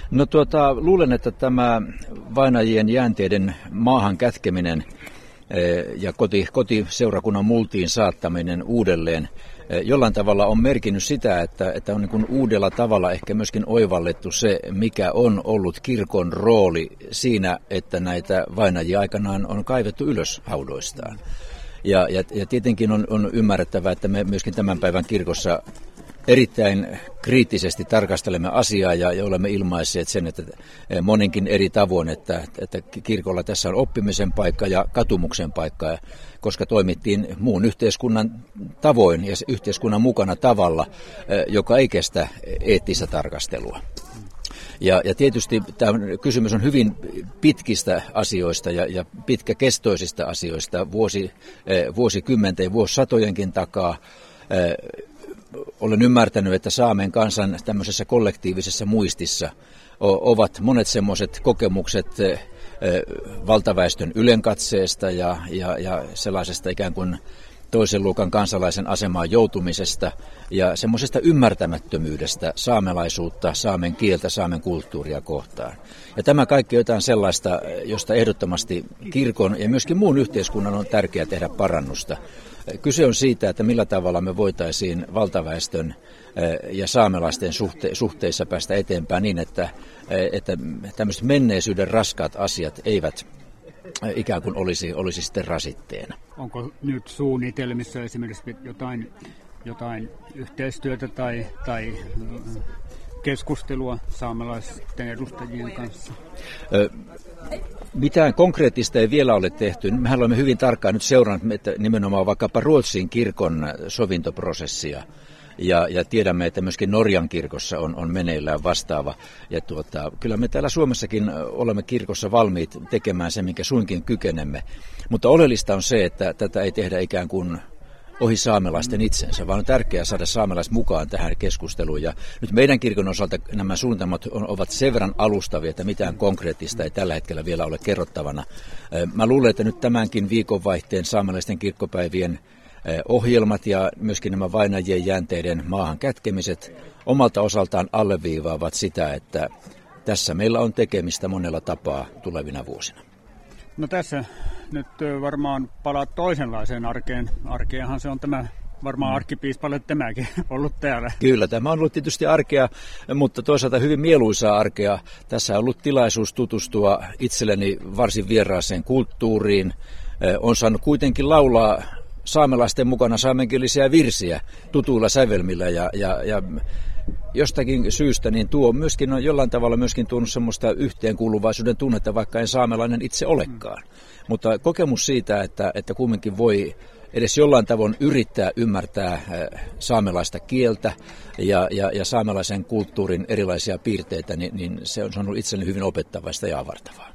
No luulen, että tämä vainajien jäänteiden maahan kätkeminen ja kotiseurakunnan multiin saattaminen uudelleen jollain tavalla on merkinnyt sitä, että on niin kuin uudella tavalla ehkä myöskin oivallettu se, mikä on ollut kirkon rooli siinä, että näitä vainajia aikanaan on kaivettu ylös haudoistaan. Ja tietenkin on ymmärrettävää, että me myöskin tämän päivän kirkossa erittäin kriittisesti tarkastelemme asiaa ja olemme ilmaisseet sen, että moninkin eri tavoin, että kirkolla tässä on oppimisen paikka ja katumuksen paikka, koska toimittiin muun yhteiskunnan tavoin ja yhteiskunnan mukana tavalla, joka ei kestä eettistä tarkastelua. Ja tietysti tämä kysymys on hyvin pitkistä asioista ja pitkäkestoisista asioista vuosikymmenten ja vuosisatojenkin takaa. Olen ymmärtänyt, että Saamen kansan tämmöisessä kollektiivisessa muistissa ovat monet semmoiset kokemukset valtaväestön ylenkatseesta ja sellaisesta ikään kuin toisen luokan kansalaisen asemaan joutumisesta ja semmoisesta ymmärtämättömyydestä saamelaisuutta, saamen kieltä, saamen kulttuuria kohtaan. Ja tämä kaikki on jotain sellaista, josta ehdottomasti kirkon ja myöskin muun yhteiskunnan on tärkeää tehdä parannusta. Kyse on siitä, että millä tavalla me voitaisiin valtaväestön ja saamelaisten suhteissa päästä eteenpäin niin, että tämmöiset menneisyyden raskaat asiat eivät ikään kuin olisi sitten rasitteena. Onko nyt suunnitelmissa esimerkiksi jotain yhteistyötä tai keskustelua saamelaisten edustajien kanssa? Mitään konkreettista ei vielä ole tehty. Mehän olemme hyvin tarkkaan nyt seurannut nimenomaan vaikkapa Ruotsin kirkon sovintoprosessia. Ja tiedämme, että myöskin Norjan kirkossa on meneillään vastaava. Ja kyllä me täällä Suomessakin olemme kirkossa valmiit tekemään sen, minkä suinkin kykenemme. Mutta oleellista on se, että tätä ei tehdä ikään kuin ohi saamelaisten itsensä, vaan on tärkeää saada saamelaiset mukaan tähän keskusteluun. Ja nyt meidän kirkon osalta nämä suunnitelmat ovat sen verran alustavia, että mitään konkreettista ei tällä hetkellä vielä ole kerrottavana. Mä luulen, että nyt tämänkin viikonvaihteen saamelaisten kirkkopäivien ohjelmat ja myöskin nämä vainajien jäänteiden maahan kätkemiset omalta osaltaan alleviivaavat sitä, että tässä meillä on tekemistä monella tapaa tulevina vuosina. No tässä nyt varmaan palaat toisenlaiseen arkeen. Arkeahan se on tämä varmaan arkkipiispalle tämäkin ollut täällä. Kyllä, tämä on ollut tietysti arkea, mutta toisaalta hyvin mieluisaa arkea. Tässä on ollut tilaisuus tutustua itselleni varsin vieraaseen kulttuuriin. On saanut kuitenkin laulaa saamelaisten mukana saamenkielisiä virsiä tutuilla sävelmillä ja jostakin syystä niin tuo myöskin on jollain tavalla myöskin tuonut semmoista yhteenkuuluvaisuuden tunnetta, vaikka en saamelainen itse olekaan. Mutta kokemus siitä, että kumminkin voi edes jollain tavoin yrittää ymmärtää saamelaista kieltä ja saamelaisen kulttuurin erilaisia piirteitä, niin se on ollut itselleni hyvin opettavaista ja avartavaa.